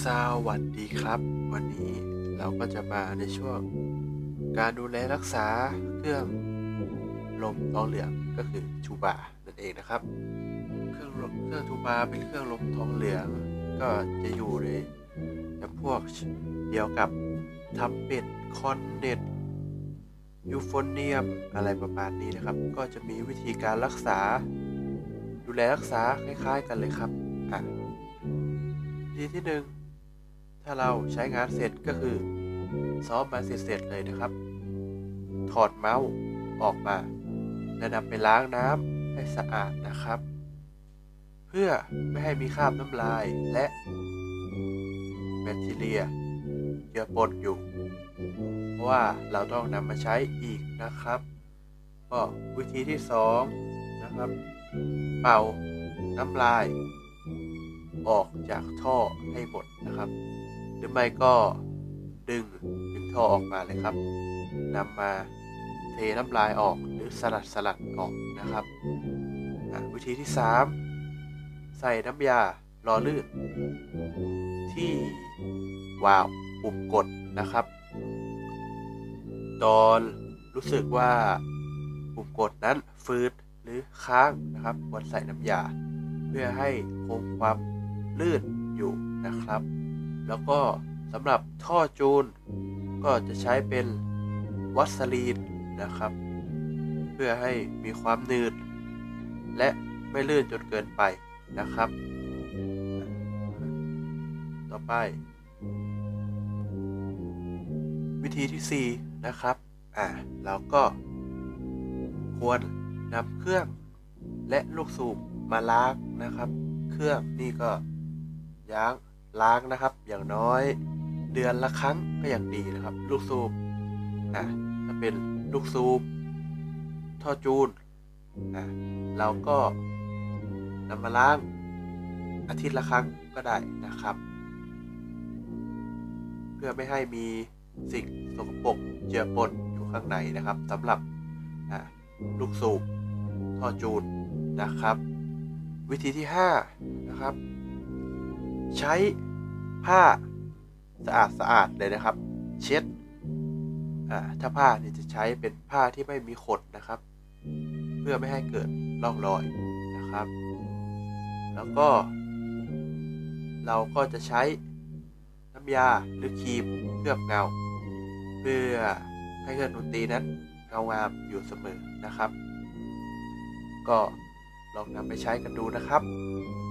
สวัสดีครับวันนี้เราก็จะมาในช่วงการดูแลรักษาเครื่องลมท้องเหลืองก็คือทูบานั่นเองนะครับเครื่องทูบาเป็นเครื่องลมท้องเหลืองก็จะอยู่ในจำพวกเดียวกับทัมเป็ดคอนเนตยูโฟเนียมอะไรประมาณนี้นะครับก็จะมีวิธีการรักษาดูแลรักษาคล้ายๆกันเลยครับวิธีที่หนึ่งถ้าเราใช้งานเสร็จก็คือซ้อมมาเสร็จเลยนะครับถอดเมาส์ออกมาและนำไปล้างน้ำให้สะอาดนะครับเพื่อไม่ให้มีคราบน้ำลายและแบคทีเรียเจือปนอยู่เพราะว่าเราต้องนำมาใช้อีกนะครับก็วิธีที่2นะครับเป่าน้ำลายออกจากท่อให้หมดนะครับหรือไม่ก็ดึงท่อออกมาเลยครับนำมาเทน้ำลายออกหรือสลัดออกนะครับวิธีที่3ใส่น้ำยาหล่อลื่นที่วาล์วปุ่มกดนะครับตอนรู้สึกว่าปุ่มกดนั้นฝืดหรือค้างนะครับควรใส่น้ำยาเพื่อให้คงความลื่นอยู่นะครับแล้วก็สำหรับท่อจูนก็จะใช้เป็นวัสลีนนะครับเพื่อให้มีความหนืดและไม่ลื่นจนเกินไปนะครับต่อไปวิธีที่4นะครับเราก็ควรนำเครื่องและลูกสูบมาล้างนะครับเครื่องนี่ก็ล้างนะครับอย่างน้อยเดือนละครั้งก็ยังดีนะครับลูกสูบถ้าเป็นลูกสูบท่อจูนเราก็นำมาล้างอาทิตย์ละครั้งก็ได้นะครับเพื่อไม่ให้มีสิ่งสกปรกเจือปนอยู่ข้างในนะครับสำหรับลูกสูบท่อจูนนะครับวิธีที่5นะครับใช้ผ้าสะอาดเลยนะครับเช็ดถ้าผ้านี่จะใช้เป็นผ้าที่ไม่มีขนนะครับเพื่อไม่ให้เกิดร่องรอยนะครับแล้วก็เราก็จะใช้น้ำยาหรือครีมเคลือบเงาเพื่อให้เครื่องดนตรีนั้นเงางามอยู่เสมอนะครับก็ลองนำไปใช้กันดูนะครับ